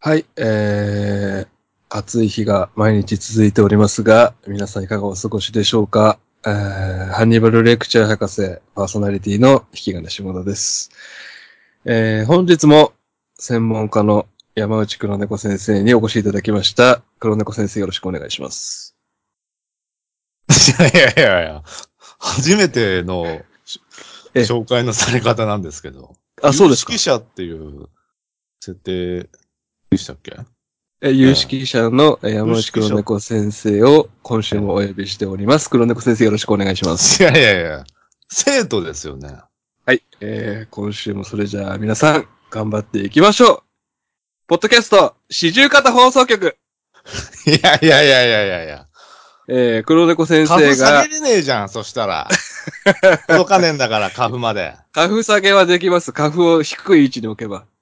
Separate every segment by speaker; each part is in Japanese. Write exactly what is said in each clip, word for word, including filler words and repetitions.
Speaker 1: はい、えー、暑い日が毎日続いておりますが、皆さんいかがお過ごしでしょうか。えー、ハンニバルレクチャー博士パーソナリティの引き金下田です。えー、本日も専門家の山内黒猫先生にお越しいただきました。黒猫先生よろしくお願いします。
Speaker 2: いやいやいやいや、初めての紹介のされ方なんですけど。
Speaker 1: あ、そうですか。
Speaker 2: 有識者っていう設定でしたっけ？
Speaker 1: え有識者の山内黒猫先生を今週もお呼びしております。黒猫先生よろしくお願いします。
Speaker 2: いやいやいや、生徒ですよね。
Speaker 1: はい、えー、今週もそれじゃあ皆さん頑張っていきましょう。ポッドキャスト四十肩放送局。
Speaker 2: いやいやいやいやいやいや。
Speaker 1: えー、黒猫先生が。
Speaker 2: カフ下げれねえじゃん、そしたら。届かねえんだから、カフまで。
Speaker 1: カフ下げはできます。カフを低い位置に置けば。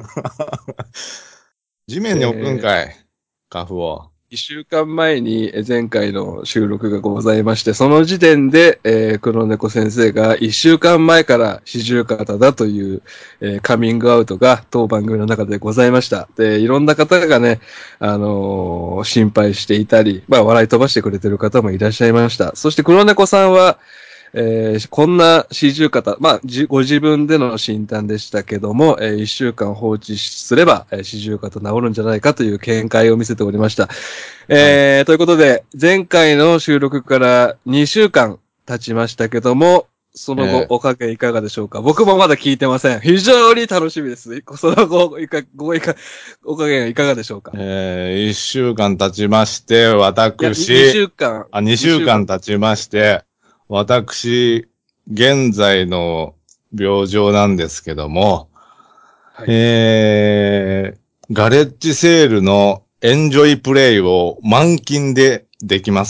Speaker 2: 地面に置くんかい、えー、カフを。
Speaker 1: 一週間前に前回の収録がございまして、その時点で、えー、黒猫先生が一週間前から四十肩だという、えー、カミングアウトが当番組の中でございました。で、いろんな方がね、あのー、心配していたり、まあ笑い飛ばしてくれてる方もいらっしゃいました。そして黒猫さんは、えー、こんな四十肩、まあ、ご自分での診断でしたけども、えー、一週間放置すれば、えー、四十肩治るんじゃないかという見解を見せておりました。えーはい、ということで、前回の収録からにしゅうかん経ちましたけども、その後、おかげいかがでしょうか。えー、僕もまだ聞いてません。非常に楽しみです。その後、いか、ごいか、おかげいかがでしょうか。
Speaker 2: えー、いっしゅうかん経ちまして、私。
Speaker 1: にしゅうかん。
Speaker 2: あ、にしゅうかん経ちまして、私、現在の病状なんですけども、はい、えー、ガレッジセールのエンジョイプレイを満勤でできます。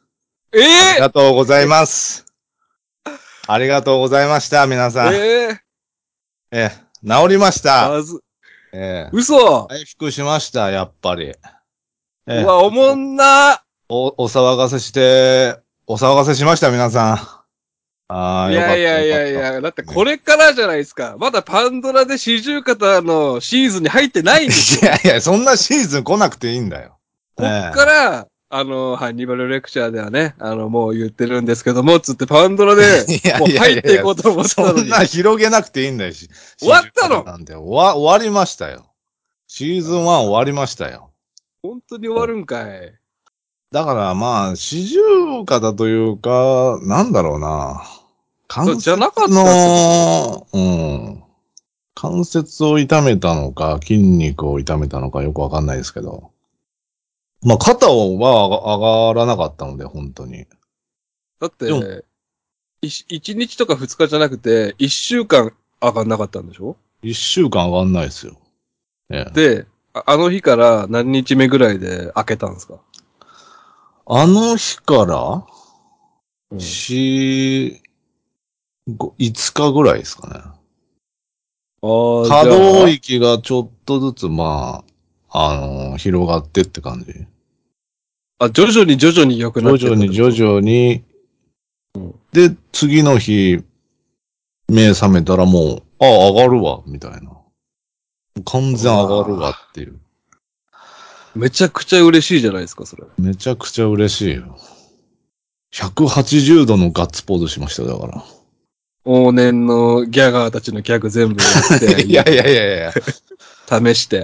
Speaker 1: えー、
Speaker 2: ありがとうございます。ありがとうございました、皆さん。
Speaker 1: えー、
Speaker 2: えー、治りました。
Speaker 1: まず、
Speaker 2: えー、
Speaker 1: 嘘
Speaker 2: 回復しました、やっぱり。え
Speaker 1: ー、うわ、おもんな
Speaker 2: お、お騒がせして、お騒がせしました、皆さん。ああ、よかった。
Speaker 1: いやいやいやいや、だってこれからじゃないですか。まだパンドラで四十肩のシーズンに入ってないんです
Speaker 2: よ。いやいや、そんなシーズン来なくていいんだよ。
Speaker 1: こっから、えー、あの、ハンニバルレクチャーではね、あの、もう言ってるんですけども、つってパンドラで、もう入っていこうと思ったのに。
Speaker 2: そんな広げなくていいんだよ、し。
Speaker 1: 終わったの
Speaker 2: なんで終わ、終わりましたよ。シーズンワン終わりましたよ。
Speaker 1: 本当に終わるんかい。
Speaker 2: だからまあ、四十肩というか、なんだろうな。関節の、うん。関節を痛めたのか、筋肉を痛めたのかよくわかんないですけど。まあ、肩は上がらなかったので、本当に。
Speaker 1: だって、一日とか二日じゃなくて、一週間上がんなかったんでしょ？
Speaker 2: 一週間上がんないですよ。
Speaker 1: ね、で、あの日から何日目ぐらいで開けたんですか？
Speaker 2: あの日から、うん、し、ご、五日ぐらいですかね。あ可動域がちょっとずつ、まあ、あのー、広がってって感じ。
Speaker 1: あ、徐々に徐々に良くなって
Speaker 2: 徐々に徐々に、うん、で、次の日、目覚めたらもう、ああ、上がるわ、みたいな。完全上がるわっていう。
Speaker 1: めちゃくちゃ嬉しいじゃないですか、それ。
Speaker 2: めちゃくちゃ嬉しいよ。ひゃくはちじゅうどのガッツポーズしました、だから。
Speaker 1: 往年のギャガーたちのギャグ全部やって。
Speaker 2: いやいやいやいや。
Speaker 1: 試して。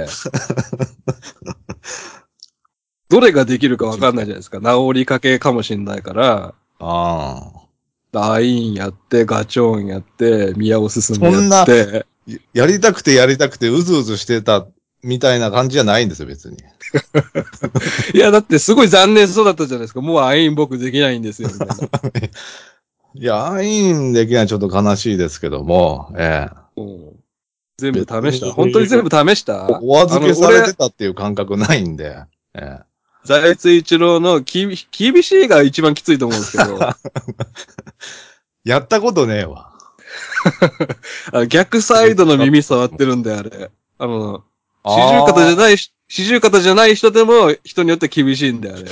Speaker 1: どれができるかわかんないじゃないですか。治りかけかもしんないから。
Speaker 2: ああ。
Speaker 1: ダイーンやって、ガチョーンやって、宮尾進やって。そんな、
Speaker 2: やりたくてやりたくてうずうずしてたみたいな感じじゃないんですよ、別に。
Speaker 1: いや、だってすごい残念そうだったじゃないですか。もうアイーン僕できないんですよ、みたいな。
Speaker 2: いや、アイーンできないちょっと悲しいですけども、ええ。うん、
Speaker 1: 全部試した本当に全部試した
Speaker 2: お預けされてたっていう感覚ないんで、ええ。
Speaker 1: 財津一郎のき、厳しいが一番きついと思うんですけど。
Speaker 2: やったことねえわ。
Speaker 1: あ逆サイドの耳触ってるんで、あれ。あの、四十肩じゃない、四十肩じゃない人でも人によって厳しいんで、あれ。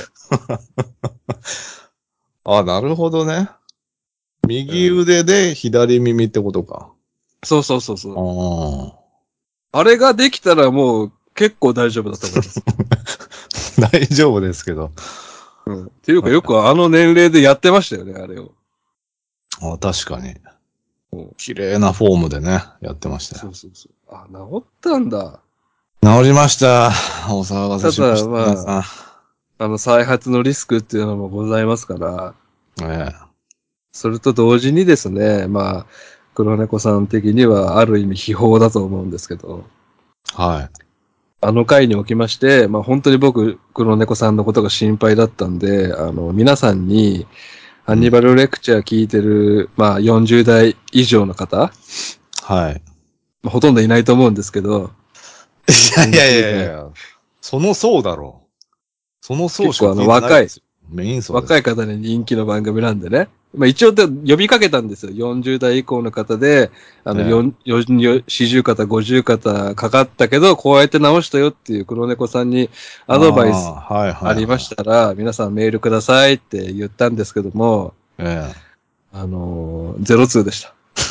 Speaker 2: あ、なるほどね。右腕で左耳ってことか。
Speaker 1: そうそうそうそう。ああれができたらもう結構大丈夫だと思います。
Speaker 2: 大丈夫ですけど。
Speaker 1: うん。っていうかよくあの年齢でやってましたよね、あれを。
Speaker 2: あ、確かに。
Speaker 1: うん、
Speaker 2: 綺麗なフォームでね、やってましたよ。
Speaker 1: そうそうそう。あ、治ったんだ。
Speaker 2: 治りました。お騒がせ
Speaker 1: ただ、
Speaker 2: しました、皆
Speaker 1: まあ、
Speaker 2: さん。
Speaker 1: あの、再発のリスクっていうのもございますから、
Speaker 2: え
Speaker 1: それと同時にですね、まあ、黒猫さん的にはある意味秘宝だと思うんですけど、
Speaker 2: え。はい。
Speaker 1: あの回におきまして、まあ本当に僕、黒猫さんのことが心配だったんで、あの、皆さんに、ハンニバルレクチャー聞いてる、まあよんじゅう代以上の方、
Speaker 2: はい。
Speaker 1: まあ、ほとんどいないと思うんですけど、
Speaker 2: いやいやいやい
Speaker 1: ね、
Speaker 2: やいや、その層だろう。その層しか
Speaker 1: 結構あの
Speaker 2: 聞いてない
Speaker 1: 若い、
Speaker 2: ですよ。メイン層です。
Speaker 1: 若い方に人気の番組なんでね。まあ一応で呼びかけたんですよ。よんじゅう代以降の方で、あの、
Speaker 2: ええ。
Speaker 1: よん、よん、よん、四十肩、五十肩かかったけど、こうやって治したよっていう黒猫さんに
Speaker 2: あ
Speaker 1: アドバイス
Speaker 2: あ、はい
Speaker 1: ありま
Speaker 2: はいは
Speaker 1: したら、皆さんメールくださいって言ったんですけども、
Speaker 2: い。ええ。
Speaker 1: あのー、ゼロツーでした。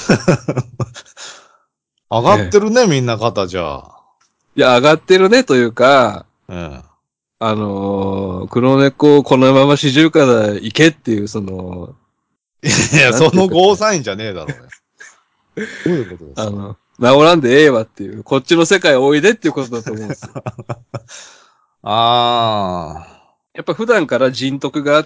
Speaker 2: 上がっ
Speaker 1: ええ。
Speaker 2: てるね、みんな肩じゃあ。
Speaker 1: いや、上がってるねというか、
Speaker 2: え
Speaker 1: あのー、黒猫このまま四十肩行けっていう、その、
Speaker 2: え。いや、その
Speaker 1: なんていうか、
Speaker 2: ゴーサインじゃねえだろうよ。どういうことですか？
Speaker 1: あの、治らんでええわっていう、こっちの世界おいでっていうことだと思うんですよ。
Speaker 2: あ
Speaker 1: やっぱ普段から人徳があって、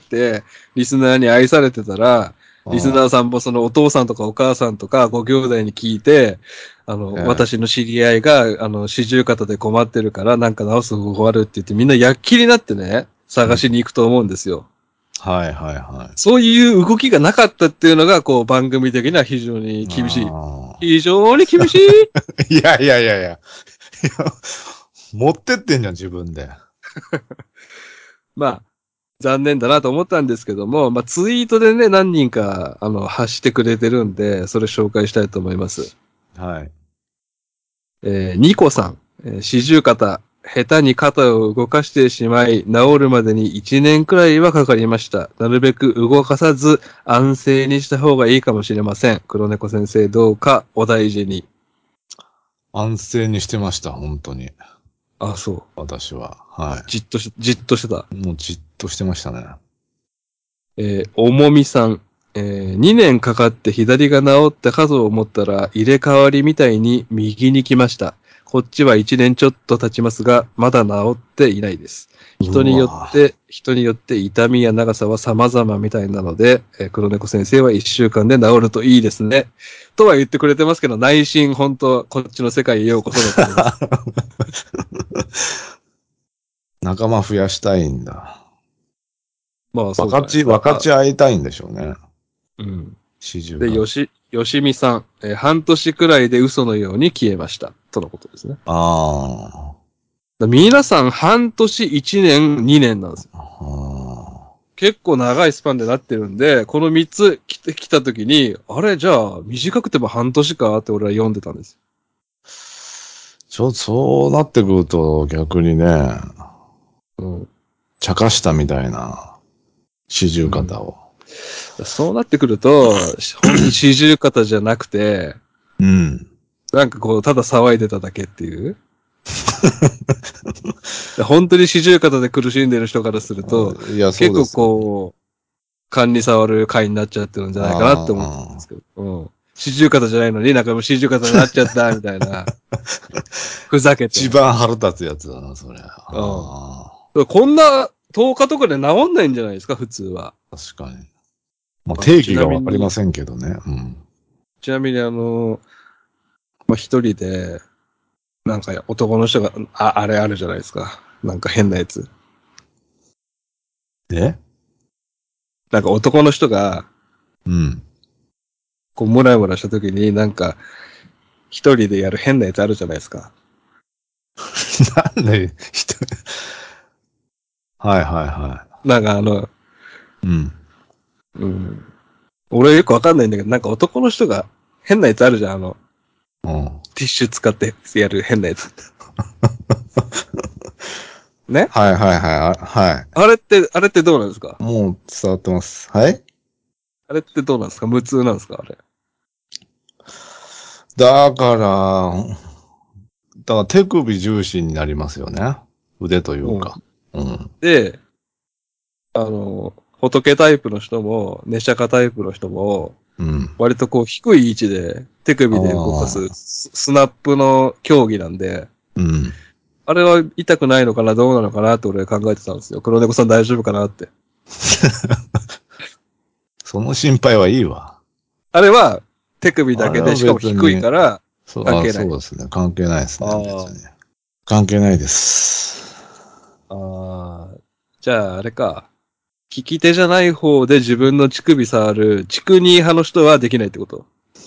Speaker 1: リスナーに愛されてたら、
Speaker 2: あ、
Speaker 1: リス
Speaker 2: うん。
Speaker 1: ナーさんもそのお父さんとかお母さんとかご兄弟に聞いて、あの、
Speaker 2: ええ。
Speaker 1: 私の知り合いが、あの、四十肩で困ってるからなんか治す方法あるって言ってみんな躍起になってね、探しに行くと思うんですよ。
Speaker 2: はいはいは
Speaker 1: そういう動きがなかったっていうのが、こう、番組的には非常に
Speaker 2: い。
Speaker 1: 厳しい。
Speaker 2: ああ。
Speaker 1: 非常に厳しい。
Speaker 2: いやいやいやいや。いや持ってってんじゃん、自分で。
Speaker 1: まあ、残念だなと思ったんですけども、まあ、ツイートでね、何人か、あの、発してくれてるんで、それ紹介したいと思います。
Speaker 2: はい。
Speaker 1: えー、ニコさん、えー四十肩、下手に肩を動かしてしまい、治るまでにいちねんくらいはかかりました。なるべく動かさず、安静にした方がいいかもしれません。黒猫先生、どうかお大事に。
Speaker 2: 安静にしてました、本当に。
Speaker 1: あ、そ
Speaker 2: 私は。
Speaker 1: う。
Speaker 2: は
Speaker 1: じっとし、じっとしてた。
Speaker 2: い。もうじっとしてましたね。
Speaker 1: えー、おもみさん。えー、にねんかかって左が治ったかと思ったら入れ替わりみたいに右に来ました。こっちはいちねんちょっと経ちますが、まだ治っていないです。人
Speaker 2: う
Speaker 1: によっ
Speaker 2: わ
Speaker 1: て、人によって痛みや長さは様々みたいなので、えー黒猫先生はいっしゅうかんで治るといいですね。とは言ってくれてますけど、内心本当こっちの世界へようこそだと思います。
Speaker 2: 仲間増やしたいんだ。
Speaker 1: まあそうじゃ
Speaker 2: 分かち、
Speaker 1: ないですか。
Speaker 2: 分かち合いたいんでしょうね。
Speaker 1: うん。で、
Speaker 2: 四十が。
Speaker 1: よし、よしみさん、えー半年くらいで嘘のように消えました。とのことですね。
Speaker 2: あ
Speaker 1: だ皆さん半年、いちねん、にねんなんですよ。
Speaker 2: あ。ああ。
Speaker 1: 結構長いスパンでなってるんで、このみっつ来てきたときに、あれ、じゃあ短くても半年かって俺は読んでたんです
Speaker 2: ちょ、そうなってくると逆にね、
Speaker 1: よ。
Speaker 2: 茶化したみたいな四十
Speaker 1: うん。
Speaker 2: 肩を。
Speaker 1: うん。そうなってくると、本当に四十肩じゃなくて、
Speaker 2: うん。
Speaker 1: なんかこう、ただ騒いでただけっていう。本当に四十肩で苦しんでる人からすると、
Speaker 2: いや、そう
Speaker 1: 結構
Speaker 2: ですよ。
Speaker 1: こう、勘に触る回になっちゃってるんじゃないかなって思ってるんです
Speaker 2: あ
Speaker 1: けど。うん。四十肩じゃないのに、なんかもう四十肩になっちゃった、みたいな。ふざけて。
Speaker 2: 一番腹立つやつだな、それ。あ
Speaker 1: うん。こんなとおかとかで治んないんじゃないですか、普通は。
Speaker 2: あ、確かに。まあ、
Speaker 1: あの、ち
Speaker 2: 定義が
Speaker 1: なみに、
Speaker 2: わかりませんけどね。うん。
Speaker 1: ちなみにあの、まあ、一人で、なんか男の人が、あ、あれあるじゃないですか。なんか変なやつ。
Speaker 2: え
Speaker 1: なんか男の人が、
Speaker 2: うん。
Speaker 1: こう、ムラムラした時に、なんか、一人でやる変なやつあるじゃないですか。
Speaker 2: なんで、人、はいはいは
Speaker 1: なんかあの、
Speaker 2: い。うん。
Speaker 1: うん。俺よくわかんないんだけど、なんか男の人が変なやつあるじゃん、あの、
Speaker 2: うん。
Speaker 1: ティッシュ使ってやる変なやつ。ね。
Speaker 2: はいはいはい。あは
Speaker 1: あれって、あれってどうなんですか？
Speaker 2: い。もう伝わってます。はい。
Speaker 1: あれってどうなんですか？無痛なんですかあれ。
Speaker 2: だから、 だから手首重心になりますよね。腕というか。うん。うん、
Speaker 1: で、あの、仏タイプの人も、ネシャカタイプの人も、うん、割とこう低い位置で手首で動かすスナップの競技なんで、うん、あれは痛くないのかな、どうなのかなって俺考えてたんですよ。黒猫さん大丈夫かなって。
Speaker 2: その心配はいいわ。
Speaker 1: あれは手首だけで、しかも低いから関係ない。
Speaker 2: そうですね。関係ないですね。別に。関係ないです。
Speaker 1: ああ。じゃあ、あれか。利き手じゃない方で自分の乳首触る、乳首派の人はできないってこと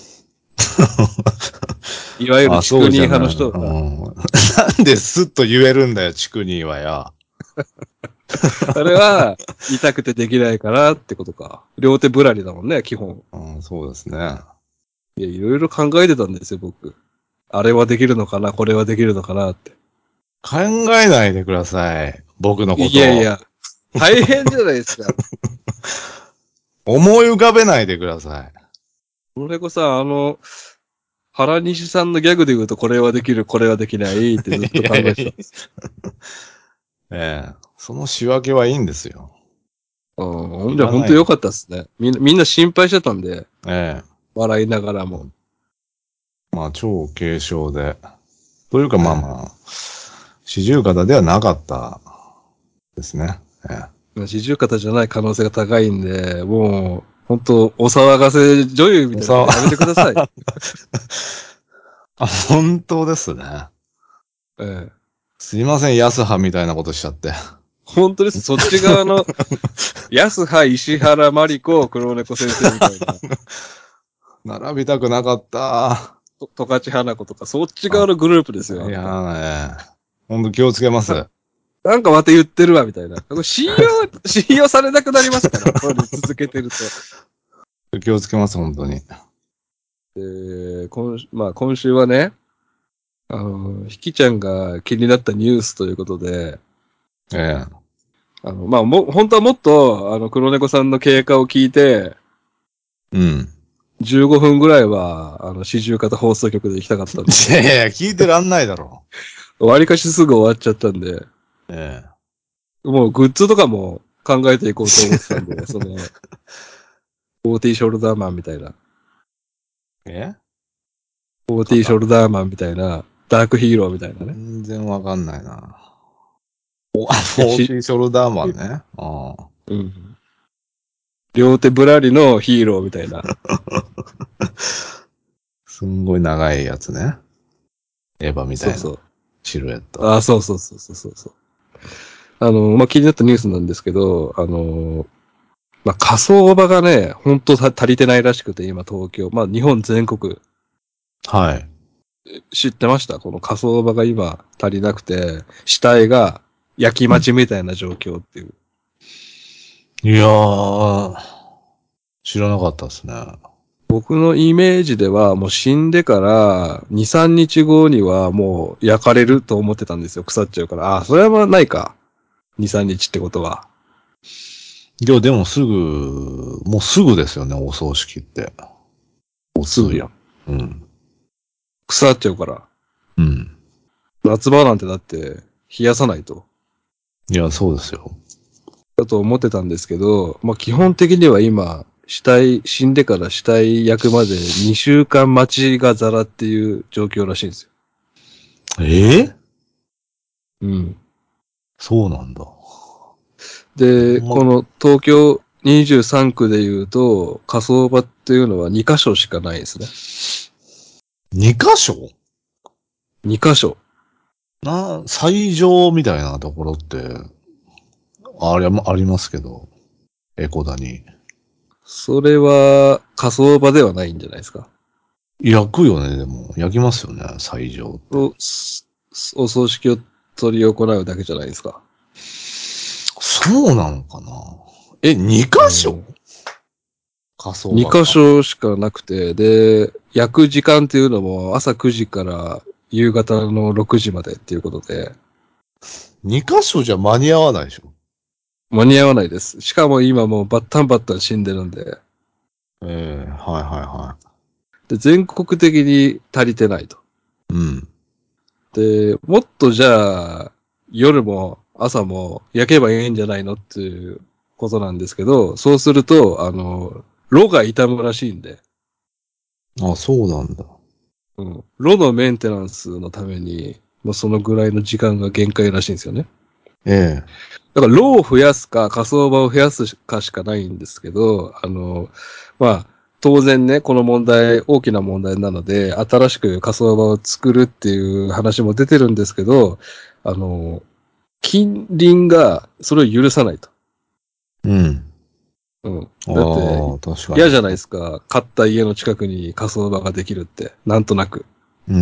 Speaker 1: いわゆる乳首派の人は。
Speaker 2: うん、なんでスッと言えるんだよ、乳首はや。
Speaker 1: あれは、痛くてできないからってことか。両手ぶらりだもんね、基本。
Speaker 2: うん、そうですね。
Speaker 1: いや、いろいろ考えてたんですよ、僕。あれはできるのかな、これはできるのかなって。
Speaker 2: 考えないでください。僕のことを。
Speaker 1: いやいや、大変じゃないですか。
Speaker 2: 思い浮かべないでください。
Speaker 1: 黒猫さん、あの、原西さんのギャグで言うと、これはできる、これはできないってずっと考えてたんです。
Speaker 2: ええ、その仕分けはいいんですよ。
Speaker 1: うん、じゃあ本当良かったですね。みんな、みんな心配してたんで。ええ。笑いながらも。
Speaker 2: まあ、超軽症で。というか、まあまあ、四十肩ではなかったですね。え
Speaker 1: え。四十肩じゃない可能性が高いんで、もう、本当お騒がせ女優みたいなのやめてください。
Speaker 2: あ、本当ですね。ええ。すいません、安葉みたいなことしちゃって。
Speaker 1: 本当です。そっち側の、安葉、石原、マリコ、黒猫先生みたい
Speaker 2: な。並びたくなかった。
Speaker 1: と、十勝花子とか、そっち側のグループですよ。
Speaker 2: いやーね。ほんと気をつけます。
Speaker 1: なんかまた言ってるわ、みたいな。信用、信用されなくなりますから、これ続けてる
Speaker 2: と。気をつけます、本当に。
Speaker 1: えー、今、まあ今週はね、あの、ひきちゃんが気になったニュースということで、ええ。あの、まあ、も、本当はもっと、あの、黒猫さんの経過を聞いて、うん。じゅうごふんぐらいは、あの、四十肩放送局で行きたかったんで。
Speaker 2: いやいや、聞いてらんないだろ。
Speaker 1: わりかしすぐ終わっちゃったんで、ええ。もうグッズとかも考えていこうと思ってたんで、その、フォーティーショルダーマンみたいな。えフォーティーショルダーマンみたいな、ダークヒーローみたいなね。
Speaker 2: 全然わかんないな。フォーティーショルダーマンね。ああ。うん。
Speaker 1: 両手ぶらりのヒーローみたいな。
Speaker 2: すんごい長いやつね。エヴァみたいな。そうそう。シルエット。
Speaker 1: ああ、そうそうそうそうそう。あの、まあ、気になったニュースなんですけど、あの、まあ、火葬場がね、本当足りてないらしくて、今東京。まあ、日本全国。はい。知ってました？この火葬場が今足りなくて、死体が焼き待ちみたいな状況っていう。
Speaker 2: うん、いやー、知らなかったですね。
Speaker 1: 僕のイメージではもう死んでからに、さんにちごにはもう焼かれると思ってたんですよ。腐っちゃうから。ああ、それはないか。に、さんにちってことは。
Speaker 2: いや、でもすぐ、もうすぐですよね、お葬式って。
Speaker 1: おすぐやん。うん。腐っちゃうから。うん。夏場なんてだって冷やさないと。
Speaker 2: いや、そうですよ。
Speaker 1: だと思ってたんですけど、まあ基本的には今、死体、死んでから死体焼くまでにしゅうかん待ちがザラっていう状況らしいんですよ。
Speaker 2: ええー、
Speaker 1: うん。
Speaker 2: そうなんだ。
Speaker 1: で、この東京にじゅうさんくで言うと、火葬場っていうのはにかしょしかないですね。
Speaker 2: にかしょ ?
Speaker 1: にかしょ。
Speaker 2: な、最上みたいなところって、あれもありますけど、エコダに。
Speaker 1: それは火葬場ではないんじゃないですか。
Speaker 2: 焼くよね、でも。焼きますよね、最上って。
Speaker 1: お、お葬式を取り行うだけじゃないですか。
Speaker 2: そうなのかな。え、にかしょ、うん、
Speaker 1: 火葬場にかしょしかなくて、で、焼く時間っていうのも朝くじから夕方のろくじまでっていうことで。
Speaker 2: にかしょじゃ間に合わないでしょ。
Speaker 1: 間に合わないです。しかも今もうバッタンバッタン死んでるんで。
Speaker 2: ええー、はいはいはい。
Speaker 1: で、全国的に足りてないと。うん。 で、もっとじゃあ、夜も朝も焼けばいいんじゃないのっていうことなんですけど、そうすると、あの、炉が傷むらしいんで、
Speaker 2: あ、そうなんだ。
Speaker 1: うん。炉のメンテナンスのために、もうそのぐらいの時間が限界らしいんですよね。
Speaker 2: ええ。
Speaker 1: だから、炉を増やすか、火葬場を増やすかしかないんですけど、あの、まあ、当然ね、この問題、大きな問題なので、新しく火葬場を作るっていう話も出てるんですけど、あの、近隣がそれを許さないと。
Speaker 2: うん。
Speaker 1: うん。だって、
Speaker 2: ああ、確かに。
Speaker 1: 嫌じゃないですか。買った家の近くに火葬場ができるって。なんとなく。
Speaker 2: うん。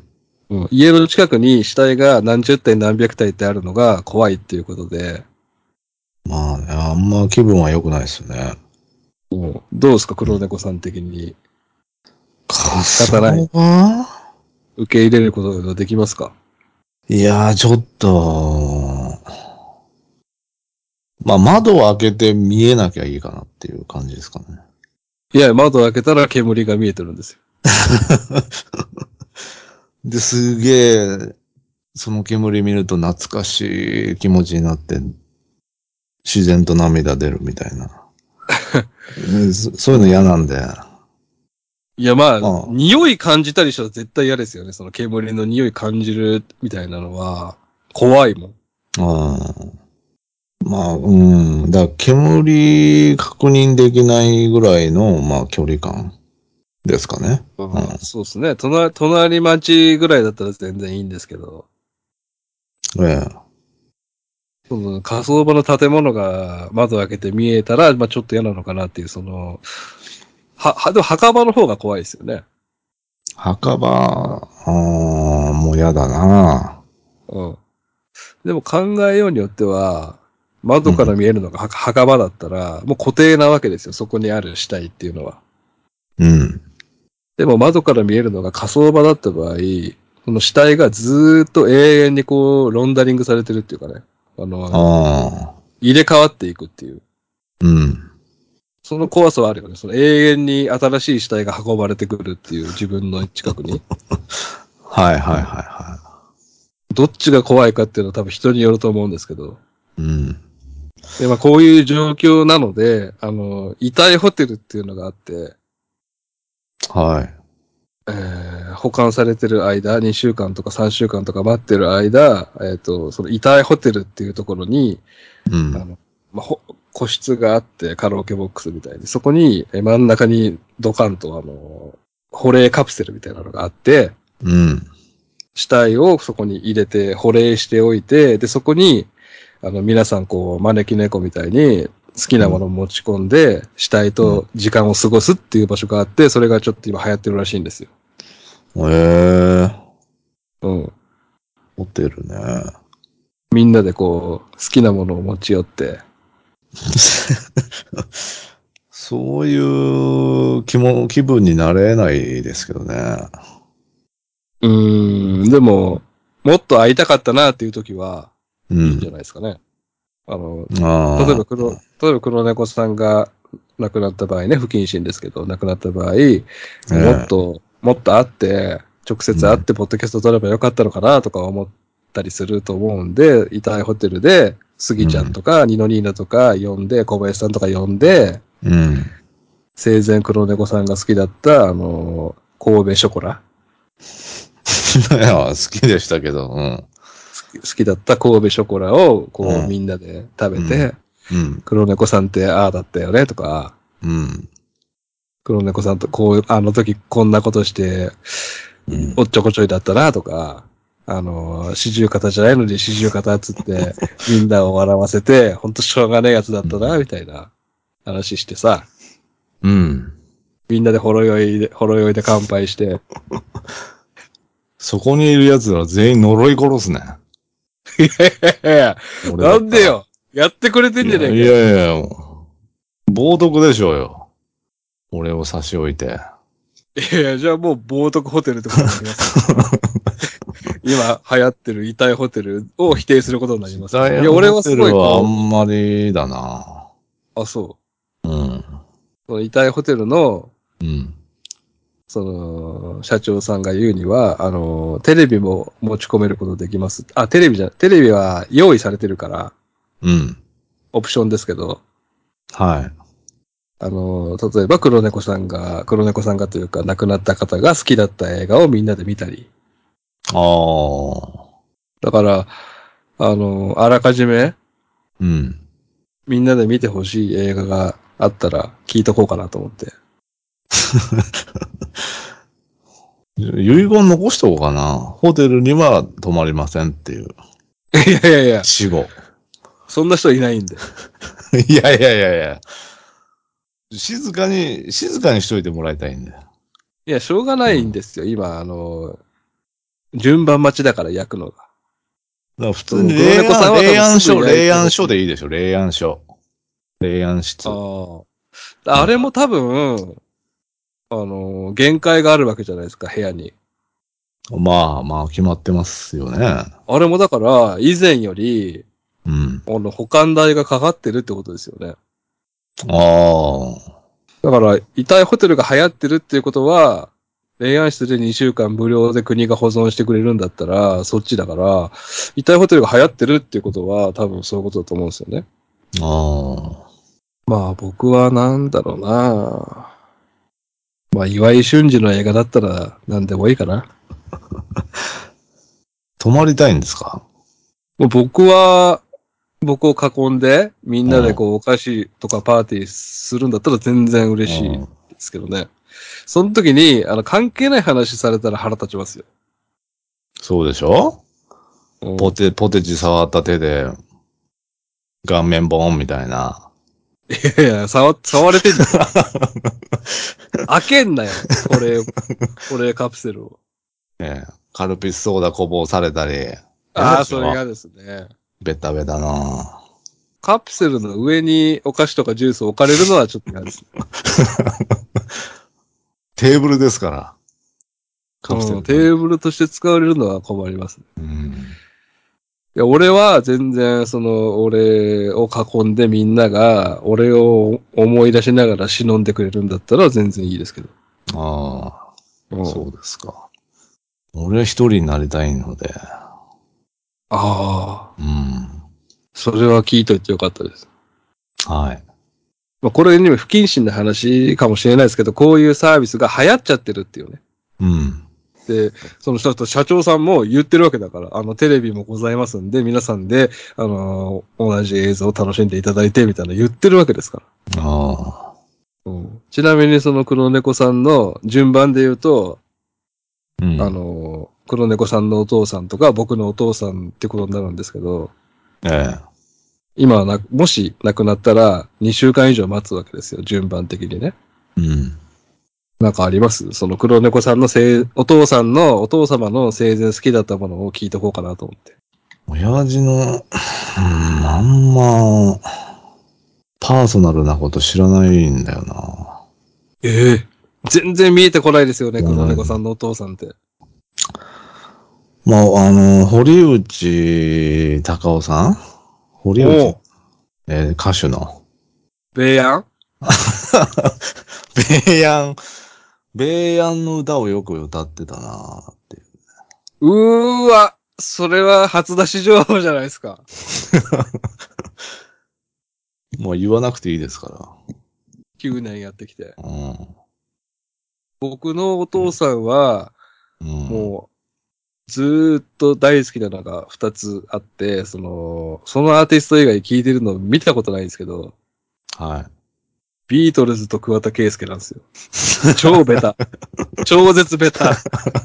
Speaker 1: うん。家の近くに死体が何十体何百体ってあるのが怖いっていうことで、
Speaker 2: まあね、あんま気分は良くないですね。
Speaker 1: うん、どうですか、
Speaker 2: うん。
Speaker 1: 黒猫さん的に。
Speaker 2: 火
Speaker 1: 仕方ない。
Speaker 2: 葬場
Speaker 1: 受け入れることができますか？
Speaker 2: いやー、ちょっと、まあ窓を開けて見えなきゃいいかなっていう感じですかね。
Speaker 1: いや、窓を開けたら煙が見えてるんですよ。
Speaker 2: で、すげえ、その煙見ると懐かしい気持ちになって、自然と涙出るみたいな。うんそそういうの嫌
Speaker 1: うん。
Speaker 2: なんで。
Speaker 1: いや、まあ、
Speaker 2: ま
Speaker 1: 匂い感じたりしたら絶対嫌ですよね。その煙の匂い感じるみたいなのは、怖いもん。
Speaker 2: あ、あまあ、うん。だから煙確認できないぐらいの、まあ、距離感ですかね。うん。
Speaker 1: ああ、そうですね。隣、隣町ぐらいだったら全然いいんですけど、
Speaker 2: ええ。
Speaker 1: その火葬場の建物が窓開けて見えたら、まあちょっと嫌なのかなっていう、その、は、は、でも墓場の方が怖いですよね。
Speaker 2: 墓場、ああ、もう嫌だな。
Speaker 1: うん。でも考えようによっては、窓から
Speaker 2: うん。
Speaker 1: 見えるのが墓墓場だったら、もう固定なわけですよ。そこにある死体っていうのは。
Speaker 2: うん。
Speaker 1: でも窓から見えるのが火葬場だった場合、その死体がずーっと永遠にこう、ロンダリングされてるっていうかね。あの、
Speaker 2: ああ、
Speaker 1: 入れ替わっていくっていう。
Speaker 2: うん。
Speaker 1: その怖さはあるよね。その永遠に新しい死体が運ばれてくるっていう自分の近くに。
Speaker 2: はいはいはいは
Speaker 1: どっちが怖いかっていうのは多分人によると思うんですけど。
Speaker 2: い。うん。
Speaker 1: で、まあこういう状況なので、あの、遺体ホテルっていうのがあって、
Speaker 2: はい。
Speaker 1: えー保管されてる間、にしゅうかんとかさんしゅうかんとか待ってる間、えっと、その遺体ホテルっていうところに、
Speaker 2: うん。
Speaker 1: あの、まあ、ほ個室があってカラオケボックスみたいで、そこにえ真ん中にドカンとあの、保冷カプセルみたいなのがあって、
Speaker 2: うん。
Speaker 1: 死体をそこに入れて保冷しておいて、で、そこに、あの、皆さんこう、招き猫みたいに好きなものを持ち込んで、死体
Speaker 2: うん。
Speaker 1: と時間を過ごすっていう場所があって、それがちょっと今流行ってるらしいんですよ。
Speaker 2: ええ、
Speaker 1: うん。
Speaker 2: ホテルね。
Speaker 1: みんなでこう、好きなものを持ち寄って、
Speaker 2: そういう気も、気分になれないですけどね。
Speaker 1: うーん、でも、もっと会いたかったなっていう時は、いいんじゃ
Speaker 2: うん。
Speaker 1: ないですかね。あの、例え
Speaker 2: ああ、
Speaker 1: ば黒、例えば黒猫さんが亡くなった場合ね、不謹慎ですけど、亡くなった場合、もっ
Speaker 2: ええ。
Speaker 1: と、もっと会って、直
Speaker 2: うん。
Speaker 1: 接会って、ポッドキャスト撮ればよかったのかなとか思ったりすると思うんで、遺体ホテルで、スギちゃん
Speaker 2: うん。
Speaker 1: とか、ニノニーナとか呼んで、小林さんとか呼んで、
Speaker 2: うん。
Speaker 1: 生前黒猫さんが好きだった、あの、神戸ショコラ。
Speaker 2: いや、好きでしたけど、うん。
Speaker 1: 好きだった神戸ショコラを、
Speaker 2: うん。
Speaker 1: こう、みんなで食べ
Speaker 2: うん。
Speaker 1: て、
Speaker 2: うん。
Speaker 1: 黒猫さんってああだったよね、とか、
Speaker 2: うん。
Speaker 1: 黒猫さんとこう、あの時こんなことして、
Speaker 2: うん。
Speaker 1: おっちょこちょいだったな、とか、あの、四十肩じゃないのに四十肩っつって、みんなを笑わせて、ほんとしょうがねえやつだったな、みたいな話してさ、
Speaker 2: うん。
Speaker 1: みんなでほろ酔いで、ほろ酔いで乾杯して、
Speaker 2: そこにいる奴ら全員呪い殺すね。
Speaker 1: いやいやいや、
Speaker 2: 俺だったら。
Speaker 1: なんでよ、やってくれてん
Speaker 2: いや、
Speaker 1: じゃねえかよ。
Speaker 2: いやいや、もう冒涜でしょうよ。俺を差し置いて。
Speaker 1: いやいや、じゃあもう冒涜ホテルってことになりますよ。今流行ってる遺体ホテルを否定することになり
Speaker 2: 時
Speaker 1: ますけど。いや、俺
Speaker 2: 代ホ
Speaker 1: はすごい
Speaker 2: テルはあ
Speaker 1: こ
Speaker 2: んまりだな。
Speaker 1: う、あ、そう。
Speaker 2: うん。
Speaker 1: その遺体ホテルの、
Speaker 2: うん。
Speaker 1: その、社長さんが言うには、あの、テレビも持ち込めることできます。あ、テレビじゃ、テレビは用意されてるから、
Speaker 2: うん。
Speaker 1: オプションですけど、
Speaker 2: はい。
Speaker 1: あの、例えば黒猫さんが、黒猫さんがというか亡くなった方が好きだった映画をみんなで見たり。
Speaker 2: ああ。
Speaker 1: だから、あの、あらかじめ
Speaker 2: うん。
Speaker 1: みんなで見てほしい映画があったら聞いとこうかなと思って。
Speaker 2: 遺言残しとこうかな。ホテルには泊まりませんっていう。
Speaker 1: いやいやいや、
Speaker 2: 死後。
Speaker 1: そんな人いないんで。
Speaker 2: いやいやいやいや。静かに、静かにしといてもらいたいんだよ。
Speaker 1: いや、しょうがないんですよ。今、あの、順番待ちだから焼くのが。
Speaker 2: だから普通に
Speaker 1: その黒
Speaker 2: 霊案、
Speaker 1: 猫さんは多分すぐ
Speaker 2: 霊案書、霊案
Speaker 1: 焼いてほしい。
Speaker 2: 書でいいでしょ、霊案書。霊案室。
Speaker 1: ああ。あれも多分、あの、限界があるわけじゃないですか、部屋に。
Speaker 2: まあまあ決まってますよね。
Speaker 1: あれもだから、以前より、
Speaker 2: うん。
Speaker 1: あの、保管代がかかってるってことですよね。
Speaker 2: ああ。
Speaker 1: だから、遺体ホテルが流行ってるっていうことは、霊安室でにしゅうかん無料で国が保存してくれるんだったら、そっちだから、遺体ホテルが流行ってるっていうことは、多分そういうことだと思うんですよね。
Speaker 2: ああ。
Speaker 1: まあ僕はなんだろうな。まあ岩井俊二の映画だったら何でもいいかな。
Speaker 2: 泊まりたいんですか？
Speaker 1: もう僕は、僕を囲んで、みん
Speaker 2: うん。
Speaker 1: なでこうお菓子とかパーティーするんだったら全然嬉しい
Speaker 2: うん。
Speaker 1: ですけどね。その時に、あの、関係ない話されたら腹立ちますよ。
Speaker 2: そうでしょ？
Speaker 1: うん。
Speaker 2: ポテ、ポテチ触った手で、顔面ボーンみたいな。
Speaker 1: いやいや、触、触れてんじゃん。開けんなよ。これ、これカプセルを。
Speaker 2: ねえ、カルピスソーダこぼされたり。嫌
Speaker 1: ああ、
Speaker 2: でしょ？
Speaker 1: それ嫌ですね。
Speaker 2: ベタベタな。
Speaker 1: カプセルの上にお菓子とかジュースを置かれるのはちょっと嫌ですね。
Speaker 2: テーブルですから。カプセ
Speaker 1: うん、
Speaker 2: ルね。
Speaker 1: テーブルとして使われるのは困りますね。
Speaker 2: うん。
Speaker 1: いや、俺は全然、その、俺を囲んでみんなが、俺を思い出しながら忍んでくれるんだったら全然いいですけど。
Speaker 2: ああ、
Speaker 1: うん。
Speaker 2: そうですか。俺は一人になりたいので。
Speaker 1: ああ、
Speaker 2: うん。
Speaker 1: それは聞いといてよかったです。
Speaker 2: はい。
Speaker 1: まあ、これにも不謹慎な話かもしれないですけど、こういうサービスが流行っちゃってるっていうね。
Speaker 2: うん。
Speaker 1: で、その人と社長さんも言ってるわけだから、あの、テレビもございますんで、皆さんで、あのー同じ映像を楽しんでいただいて、みたいな言ってるわけですから。
Speaker 2: ああ。
Speaker 1: うん、ちなみにその黒猫さんの順番で言うと、あ
Speaker 2: うん。
Speaker 1: のー黒猫さんのお父さんとか僕のお父さんってことになるんですけど、
Speaker 2: ええ。
Speaker 1: 今はな、もし亡くなったらにしゅうかん以上待つわけですよ、順番的にね。
Speaker 2: うん。
Speaker 1: なんかありますその黒猫さんのせい、お父さんの、お父様の生前好きだったものを聞いとこうかなと思って。
Speaker 2: 親父の、うん、あんま、パーソナルなこと知らないんだよな。
Speaker 1: ええ全然見えてこないですよね、
Speaker 2: 知らない。
Speaker 1: 黒猫さんのお父さんって。
Speaker 2: まあ、あの、堀内孝雄さん堀内、
Speaker 1: おお、
Speaker 2: えー歌手の。
Speaker 1: ベイヤン
Speaker 2: ベイヤン、ベイヤンの歌をよく歌ってたなーっていう。
Speaker 1: うーわ、それは初出し情報じゃないですか。
Speaker 2: もう言わなくていいですか
Speaker 1: きゅうねんやってきて。
Speaker 2: ら。うん。
Speaker 1: 僕のお父さんは、
Speaker 2: うん。
Speaker 1: もう、ずーっと大好きなのがふたつあって、その、そのアーティスト以外聴いてるの見たことないんですけど、
Speaker 2: はい。
Speaker 1: ビートルズと桑田佳祐なんですよ。超ベタ。超絶ベタ。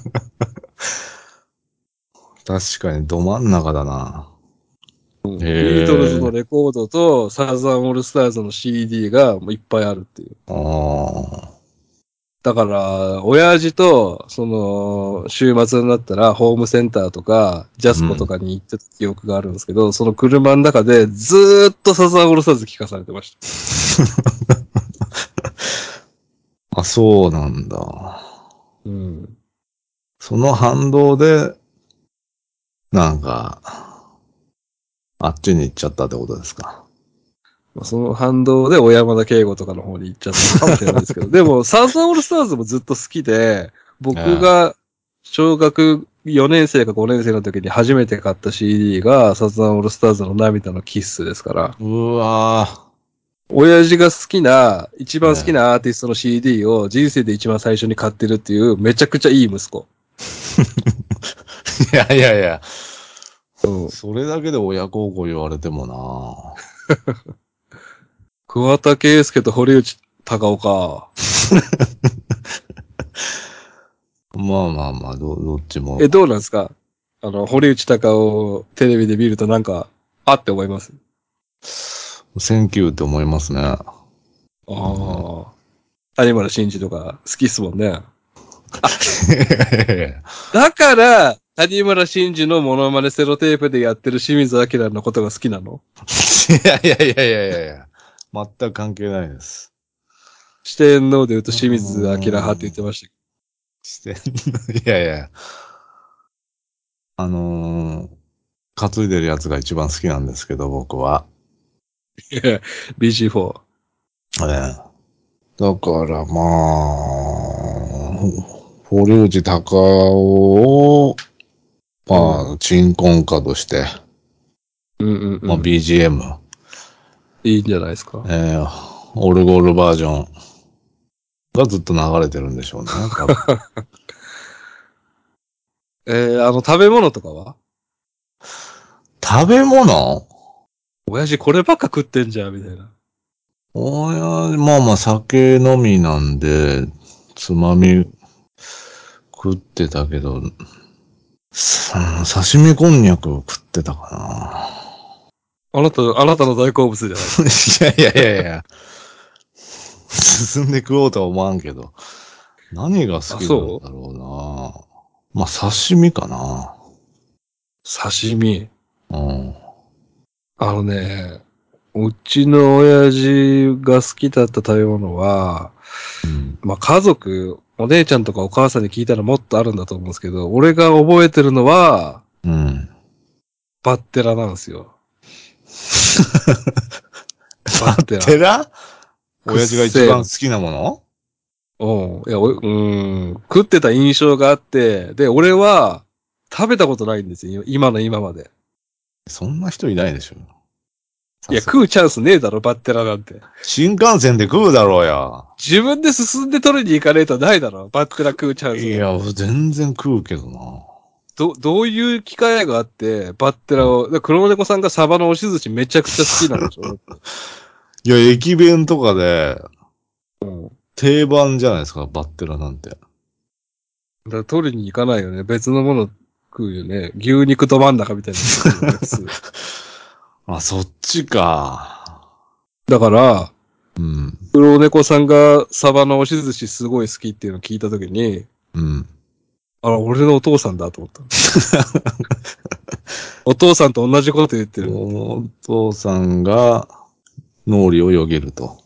Speaker 2: 確かにど真ん中だな。
Speaker 1: ビートルズの
Speaker 2: へえ。
Speaker 1: レコードとサザンオールスターズの シーディー がもういっぱいあるっていう。
Speaker 2: ああ。
Speaker 1: だから、親父と、その、週末になったら、ホームセンターとか、ジャスコと
Speaker 2: うん。
Speaker 1: かに行ってた記憶があるんですけど、その車の中でずーっとサザンオールスターズ聞かされてました。
Speaker 2: あ、そうなんだ。
Speaker 1: うん。
Speaker 2: その反動で、なんか、あっちに行っちゃったってことですか。
Speaker 1: その反動で小山田圭吾とかの方に行っちゃったのかもしれないですけど、でもサザンオールスターズもずっと好きで、僕が小学よねん生かごねん生の時に初めて買った シーディー がサザンオールスターズの涙のキッスですから。
Speaker 2: うわぁ。
Speaker 1: 親父が好きな、一番好きなアーティストの シーディー を人生で一番最初に買ってるっていうめちゃくちゃいい息子。
Speaker 2: いやいやいや。
Speaker 1: うん、
Speaker 2: それだけで親孝行言われてもな
Speaker 1: 桑田佳祐と堀内孝雄か。
Speaker 2: まあまあまあ、ど、どっちも。
Speaker 1: え、どうなんですか？あの、堀内孝雄をテレビで見るとなんか、あって思います？
Speaker 2: センキューって思いますね。あ
Speaker 1: ああ。有村真司とか好きっすもんね。だから、有村真司のモノマネセロテープでやってる清水明のことが好きなの？
Speaker 2: いやいやいやいやいやいや。全く関係ないです。
Speaker 1: 四天王で言うと清水明派って言ってました
Speaker 2: してん、いやいや。あのー、担いでるやつが一番好きなんですけど、僕は。
Speaker 1: けど。ビージーフォー。
Speaker 2: ええ。だからまあ、堀内孝雄を、まあ、鎮魂歌として、
Speaker 1: うんうんうん。
Speaker 2: まあ ビージーエム。
Speaker 1: いいんじゃないですか。
Speaker 2: えー、オルゴールバージョンがずっと流れてるんでしょうね。多分
Speaker 1: えー、あの、食べ物とかは？
Speaker 2: 食べ物
Speaker 1: 親父こればっか食ってんじゃん、みたいな。
Speaker 2: おや、まあまあ酒飲みなんで、つまみ食ってたけど、さ刺身こんにゃく食ってたか
Speaker 1: あなた、あなたの大好物じゃないですか。
Speaker 2: な。いやいやいやいや。進んで食おうとは思わんけど。何が好
Speaker 1: あ、
Speaker 2: きなん
Speaker 1: そう？
Speaker 2: だろうな。まあ刺身かな。
Speaker 1: 刺身。
Speaker 2: うん。
Speaker 1: あのね、うちの親父が好きだった食べ物は、
Speaker 2: うん。
Speaker 1: まあ家族、お姉ちゃんとかお母さんに聞いたらもっとあるんだと思うんですけど、俺が覚えてるのは、
Speaker 2: うん。
Speaker 1: バッテラなんですよ。バッ
Speaker 2: バッ
Speaker 1: テラ。
Speaker 2: テラ
Speaker 1: くっ
Speaker 2: 親父が一
Speaker 1: せえの。
Speaker 2: 番好きなもの
Speaker 1: うん。いや、おうん。食ってた印象があって、で、俺は食べたことないんですよ。今の今まで。
Speaker 2: そんな人いないでしょ。
Speaker 1: いや、
Speaker 2: さすが。
Speaker 1: 食うチャンスねえだろ、バッテラなんて。
Speaker 2: 新幹線で食うだろうや。
Speaker 1: 自分で進んで取りに行かねえとないだろ、バッテラ食うチャンスが。
Speaker 2: いや、全然食うけどな。
Speaker 1: ど、どういう機会があって、バッテラを、黒猫さんがサバの押し寿司めちゃくちゃ好きなんでしょ？
Speaker 2: いや、駅弁とかで
Speaker 1: うん。
Speaker 2: 定番じゃないですか、バッテラなんて。
Speaker 1: だから取りに行かないよね。別のもの食うよね。牛肉ど真ん中みたいなの食うよね、普通。
Speaker 2: あ、そっちか。
Speaker 1: だから、
Speaker 2: うん。
Speaker 1: 黒猫さんがサバの押し寿司すごい好きっていうのを聞いたときに、
Speaker 2: うん。
Speaker 1: あら、俺のお父さんだと思った。お父さんと同じこと言ってる。
Speaker 2: お父さんが脳裏をよぎると。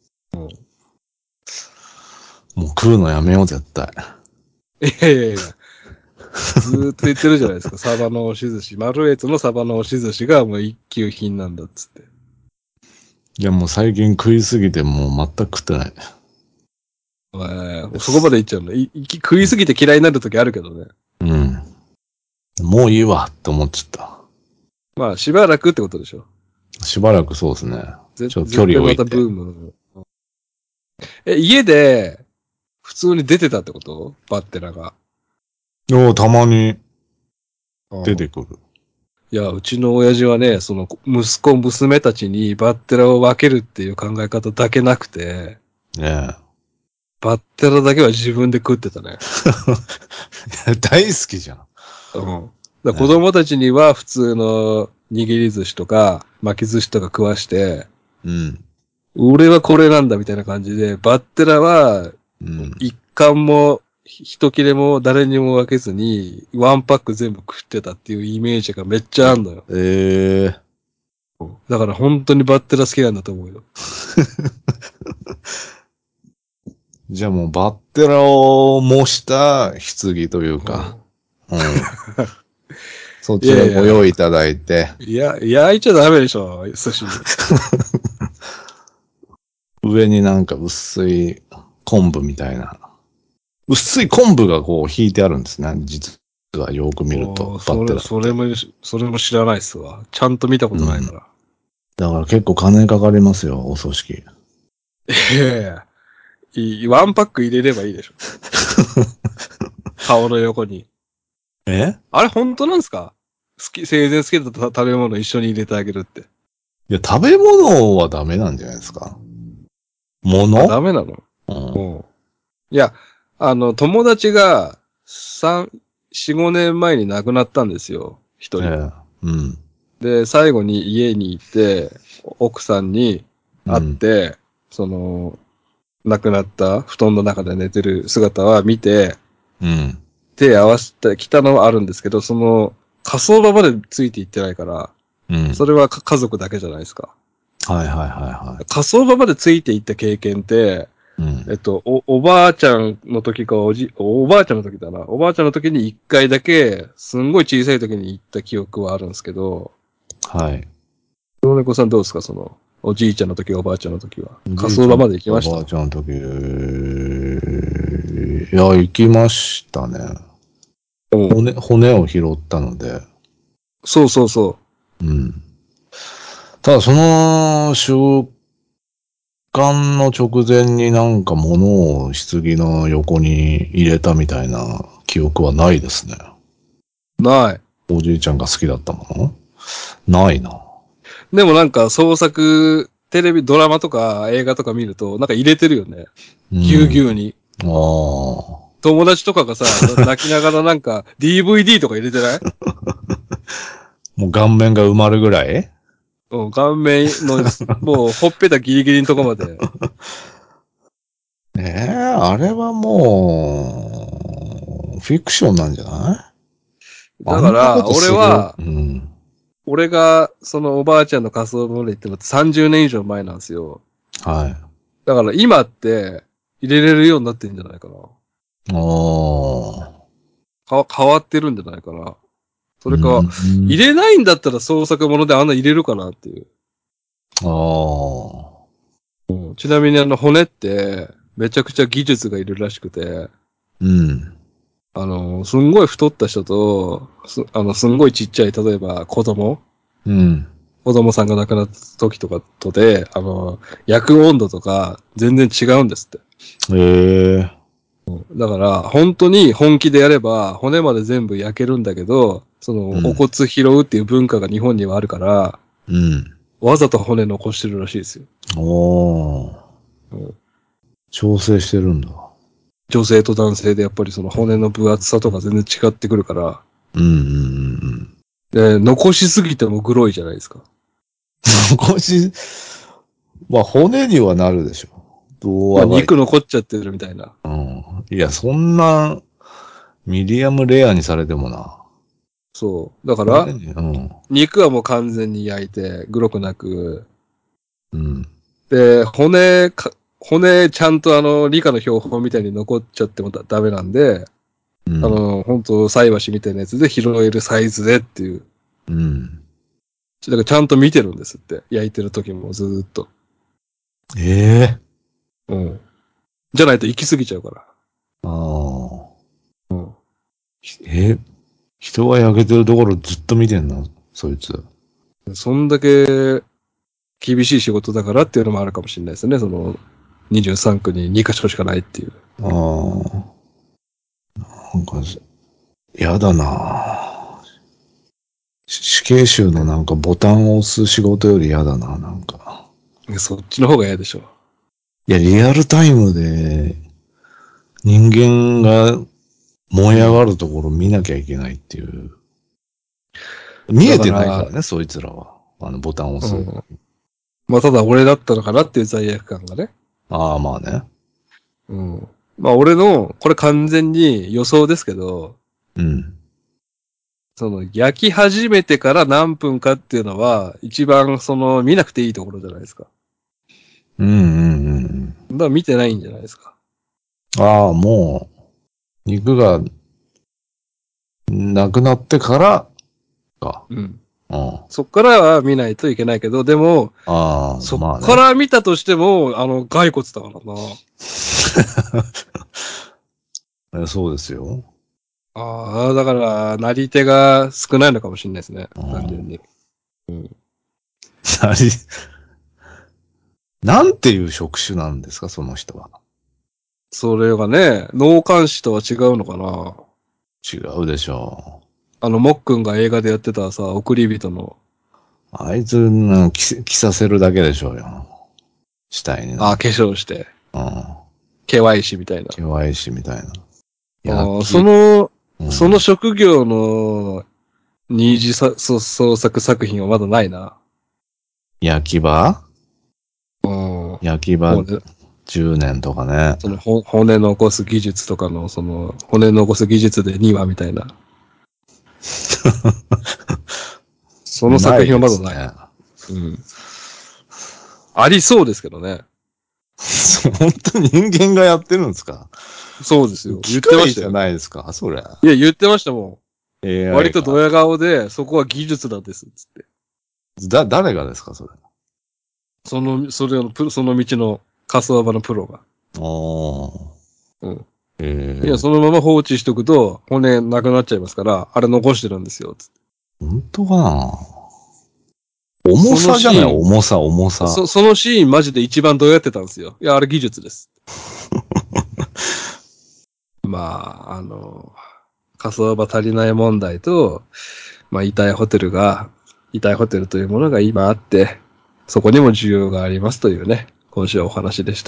Speaker 2: もう食うのやめよう、絶対。
Speaker 1: いやいやいや。ずーっと言ってるじゃないですか。サバの押し寿司。マルエツのサバの押し寿司がもう一級品なんだっつって。
Speaker 2: いや、もう最近食いすぎてもう全く食ってない。
Speaker 1: えー、そこまで言っちゃうの。いい食いすぎて嫌いになるときあるけどね。
Speaker 2: うん。もういいわって思っちゃっ
Speaker 1: まあ、しばらくってことでしょ。
Speaker 2: た。しばらくそうですね。
Speaker 1: ぜ
Speaker 2: ちょっと距離を置いて。
Speaker 1: 絶対またブーム。え、家で、普通に出てたってこと？バッテラが。
Speaker 2: おー、たまに出てくる。
Speaker 1: いや、うちの親父はね、その、息子、娘たちにバッテラを分けるっていう考え方だけなくて、
Speaker 2: ね
Speaker 1: バッテラだけは自分で食ってたね。
Speaker 2: え。大好きじゃん。
Speaker 1: うん。だから子供たちには普通の握り寿司とか巻き寿司とか食わして、
Speaker 2: うん。
Speaker 1: 俺はこれなんだみたいな感じで、バッテラは
Speaker 2: うん。
Speaker 1: 一貫も一切れも誰にも分けずにワンパック全部食ってたっていうイメージがめっちゃあんのよ。
Speaker 2: ええ
Speaker 1: だから本当にバッテラ好きなんだと思うよ。
Speaker 2: じゃあもうバッテラを模した棺というか、うん。そちらご用意いただいて。
Speaker 1: いや、焼いちゃダメでしょ、寿司に。
Speaker 2: 上になんか薄い昆布みたいな。薄い昆布がこう引いてあるんですね。実はよく見ると。
Speaker 1: それ、それも、それも知らないっすわ。ちゃんと見たことないから。うん、
Speaker 2: だから結構金かかりますよ、お葬式。
Speaker 1: いやいや。いい、ワンパック入れればいいでしょ。顔の横に。
Speaker 2: え
Speaker 1: あれ本当なんですか？好き、生前好きだった食べ物一緒に入れてあげるって。
Speaker 2: いや、食べ物はダメなんじゃないですか。物？
Speaker 1: あ、ダメなの？うん。うん。いや、あの、友達が、三、四五年前に亡くなったんですよ。一人。ええ、うん。で、最後に家に行って、奥さんに会って、うん、その、亡くなった布団の中で寝てる姿は見て、うん。手合わせてきたのはあるんですけど、その、火葬場までついていってないから、うん。それは家族だけじゃないですか。はいはいはいはい。火葬場までついていった経験って、うん、えっと、お、おばあちゃんの時かおじ、おばあちゃんの時だな。おばあちゃんの時に一回だけ、すんごい小さい時に行った記憶はあるんですけど、はい。黒猫さんどうですか、その、おじいちゃんの時、おばあちゃんの時は。火葬場まで行きました？
Speaker 2: おばあちゃんの時、いや、行きましたね。骨、骨を拾ったので。
Speaker 1: そうそうそう。うん。
Speaker 2: ただ、その、習慣の直前になんか物を棺の横に入れたみたいな記憶はないですね。
Speaker 1: ない。
Speaker 2: おじいちゃんが好きだったもの？ないな。
Speaker 1: でもなんか創作、テレビ、ドラマとか映画とか見ると、なんか入れてるよね。ぎゅうぎゅうに。ああ。友達とかがさ、泣きながらなんか ディーブイディー とか入れてない？
Speaker 2: もう顔面が埋まるぐらい？
Speaker 1: うん、顔面の、もうほっぺたギリギリのとこまで。
Speaker 2: ええー、あれはもう、フィクションなんじゃない？
Speaker 1: だから、俺は、うん、俺が、そのおばあちゃんの仮装まで行ってのってさんじゅうねん以上前なんですよ。はい。だから今って、入れれるようになってんじゃないかな。ああ。か、変わってるんじゃないかな。それか、入れないんだったら創作ものであんな入れるかなっていう。ああ。うん、ちなみにあの骨って、めちゃくちゃ技術がいるらしくて。うん。あの、すんごい太った人と、す、あの、すんごいちっちゃい、例えば子供。うん。子供さんが亡くなった時とかとで、あの、焼く温度とか全然違うんですって。へえ。だから、本当に本気でやれば、骨まで全部焼けるんだけど、その、うん、お骨拾うっていう文化が日本にはあるから、うん。わざと骨残してるらしいですよ。おー。うん、
Speaker 2: 調整してるんだ。
Speaker 1: 女性と男性でやっぱりその骨の分厚さとか全然違ってくるから。うんうんうん。で、残しすぎてもグロいじゃないですか。
Speaker 2: 残し、まあ骨にはなるでしょ。どう
Speaker 1: まあ肉残っちゃってるみたいな。
Speaker 2: うん。いや、そんな、ミディアムレアにされてもな。
Speaker 1: そう。だから、うん、肉はもう完全に焼いて、グロくなく。うん。で、骨か、骨ちゃんとあの、理科の標本みたいに残っちゃってもダメなんで、うん、あの、本当菜箸みたいなやつで拾えるサイズでっていう。うん。だからちゃんと見てるんですって。焼いてる時もずーっと。ええー、うん。じゃないと行き過ぎちゃうから。ああ。うん。
Speaker 2: え、人が焼けてるところずっと見てんのそいつ。
Speaker 1: そんだけ厳しい仕事だからっていうのもあるかもしれないですね。その、にじゅうさんくににカ所しかないっていう。ああ。
Speaker 2: なんか、やだな死刑囚のなんかボタンを押す仕事よりやだな、なんか。
Speaker 1: そっちの方が嫌でしょ。
Speaker 2: いや、リアルタイムで人間が燃え上がるところ見なきゃいけないっていう。見えてないからね、そいつらは。あのボタンを押す。うん、
Speaker 1: まあ、ただ俺だったのかなっていう罪悪感がね。
Speaker 2: ああ、まあね。
Speaker 1: うん。まあ、俺の、これ完全に予想ですけど、うん。その、焼き始めてから何分かっていうのは、一番その、見なくていいところじゃないですか。うんうんうん。だから見てないんじゃないですか。
Speaker 2: ああ、もう、肉が、なくなってから、か。うん。 うん。
Speaker 1: そっからは見ないといけないけど、でも、
Speaker 2: ああ、
Speaker 1: そ
Speaker 2: まあね。
Speaker 1: っから見たとしても、あの、骸骨だからな。
Speaker 2: えそうですよ。
Speaker 1: ああ、だから、なり手が少ないのかもしれないですね。
Speaker 2: うん
Speaker 1: 単純に。うん。
Speaker 2: なり、なんていう職種なんですか、その人は。
Speaker 1: それがね、脳幹視とは違うのかな。
Speaker 2: 違うでしょ
Speaker 1: あの、もっくんが映画でやってたさ、送り人の、
Speaker 2: う。あいつ、うん着、着させるだけでしょうよ。死体にな。
Speaker 1: ああ、化粧して、
Speaker 2: うん。
Speaker 1: ケワイシみたいな。
Speaker 2: ケワイシみたいな。
Speaker 1: ああ、
Speaker 2: 焼き、
Speaker 1: その、
Speaker 2: うん、
Speaker 1: その職業の二次さそ創作作品はまだないな。
Speaker 2: 焼き場
Speaker 1: うん。
Speaker 2: 焼き場
Speaker 1: 骨、
Speaker 2: じゅうねんとかね。
Speaker 1: そのほ骨残す技術とかの、その、骨残す技術でにわみたいな。その作品はまだない。
Speaker 2: ないですね。
Speaker 1: うん。ありそうですけどね。
Speaker 2: 本当に人間がやってるんですか？
Speaker 1: そうですよ。言
Speaker 2: 機
Speaker 1: ってましたよ。
Speaker 2: 械じゃないですかそれ。
Speaker 1: いや、言ってましたもん。割
Speaker 2: エーアイ か。
Speaker 1: とドヤ顔で、そこは技術なんです、つって。
Speaker 2: だ、誰がですかそれ。
Speaker 1: その、それのプロ、その道の火葬場のプロが。
Speaker 2: おー。
Speaker 1: うん。いや、
Speaker 2: えー、
Speaker 1: そのまま放置しとくと、骨なくなっちゃいますから、あれ残してるんですよ、つって。
Speaker 2: 本当かな？重
Speaker 1: その
Speaker 2: さじゃない
Speaker 1: シーン、
Speaker 2: 重さ、重さ。
Speaker 1: そ、そのシーンマジで一番どうやってたんですよ。いや、あれ技術です。まあ、あの、火葬場足りない問題と、まあ、遺体ホテルが、遺体ホテルというものが今あって、そこにも需要がありますというね、今週はお話でした。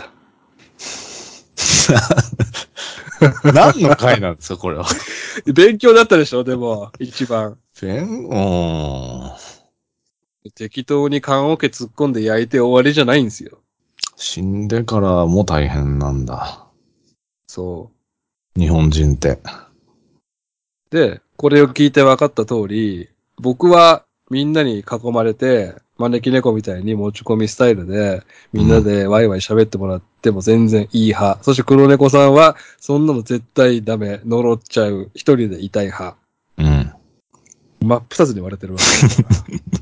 Speaker 2: 何の回なんですかこれは。
Speaker 1: 勉強だったでしょ、でも、一番。
Speaker 2: ペン、うーん。
Speaker 1: 適当に棺桶突っ込んで焼いて終わりじゃないんですよ。
Speaker 2: 死んでからも大変なんだ。
Speaker 1: そ
Speaker 2: 日本人って。
Speaker 1: う。で、これを聞いて分かった通り、僕はみんなに囲まれて、招き猫みたいに持ち込みスタイルで、みんなでワイワイ喋ってもらっても全然いい派。そして黒猫さんは、そんなの絶対ダメ。呪っちゃう。一人でいたい派。
Speaker 2: うん。
Speaker 1: 真っ二つに割れてるわけですから。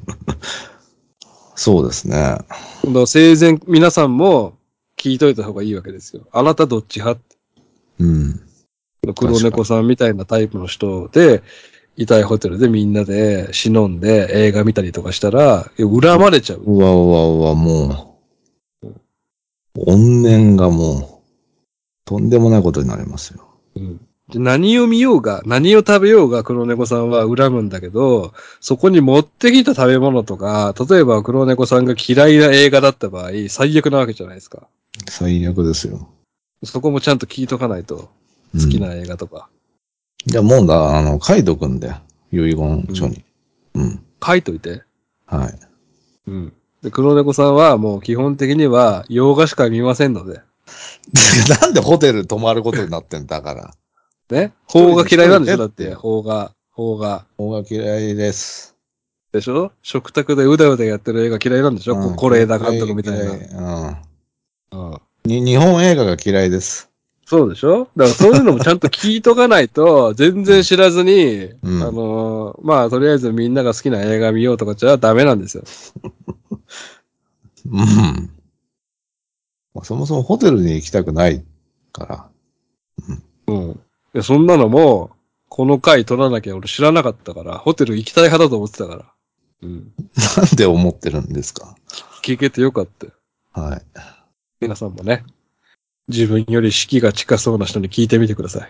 Speaker 2: そうですね。
Speaker 1: だから生前、皆さんも聞いといた方がいいわけですよ。あなたどっち派？
Speaker 2: うん。
Speaker 1: 黒猫さんみたいなタイプの人で、遺体ホテルでみんなで忍んで映画見たりとかしたら、恨まれちゃう。
Speaker 2: うわうわうわ、もう、怨念がもう、とんでもないことになりますよ。
Speaker 1: うん、で何を見ようが、何を食べようが黒猫さんは恨むんだけど、そこに持ってきた食べ物とか、例えば黒猫さんが嫌いな映画だった場合、最悪なわけじゃないですか。
Speaker 2: 最悪ですよ。
Speaker 1: そこもちゃんと聞いとかないと、
Speaker 2: うん。
Speaker 1: 好きな映画とか。
Speaker 2: じゃあもうだ、あの、書いとくんで、遺言書に。うん。うん、
Speaker 1: 書いといて。
Speaker 2: はい。
Speaker 1: うん。で、黒猫さんはもう基本的には洋画しか見ませんので。
Speaker 2: なんでホテル泊まることになってんだから。
Speaker 1: ね。邦画
Speaker 2: 一人で
Speaker 1: 嫌いなんでしょ？だって、
Speaker 2: 一人でって
Speaker 1: 邦画、邦画。
Speaker 2: 方が嫌いです。
Speaker 1: でしょ？食卓でうだうだやってる映画嫌いなんでしょ？こ、
Speaker 2: うん、
Speaker 1: 是枝監督
Speaker 2: 嫌い、
Speaker 1: みたいな。
Speaker 2: 嫌い。うん。
Speaker 1: うん。
Speaker 2: に、日本映画が嫌いです。
Speaker 1: そうでしょ？だからそういうのもちゃんと聞いとかないと、全然知らずに、
Speaker 2: うん。
Speaker 1: あのーまあ、とりあえずみんなが好きな映画見ようとかじゃダメなんですよ。
Speaker 2: うん。そもそもホテルに行きたくないから。
Speaker 1: うん。で、そんなのも、この回取らなきゃ俺知らなかったから、ホテル行きたい派だと思ってたから。うん。
Speaker 2: なんで思ってるんですか？
Speaker 1: 聞けてよかったよ。
Speaker 2: はい。
Speaker 1: 皆さんもね、自分より士気が近そうな人に聞いてみてくださ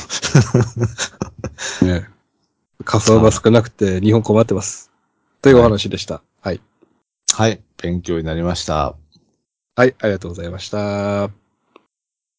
Speaker 1: い。ね。仮想が少なくて日本困ってます。というお話でした。はい。
Speaker 2: はい。勉強になりました。
Speaker 1: はい、ありがとうございました。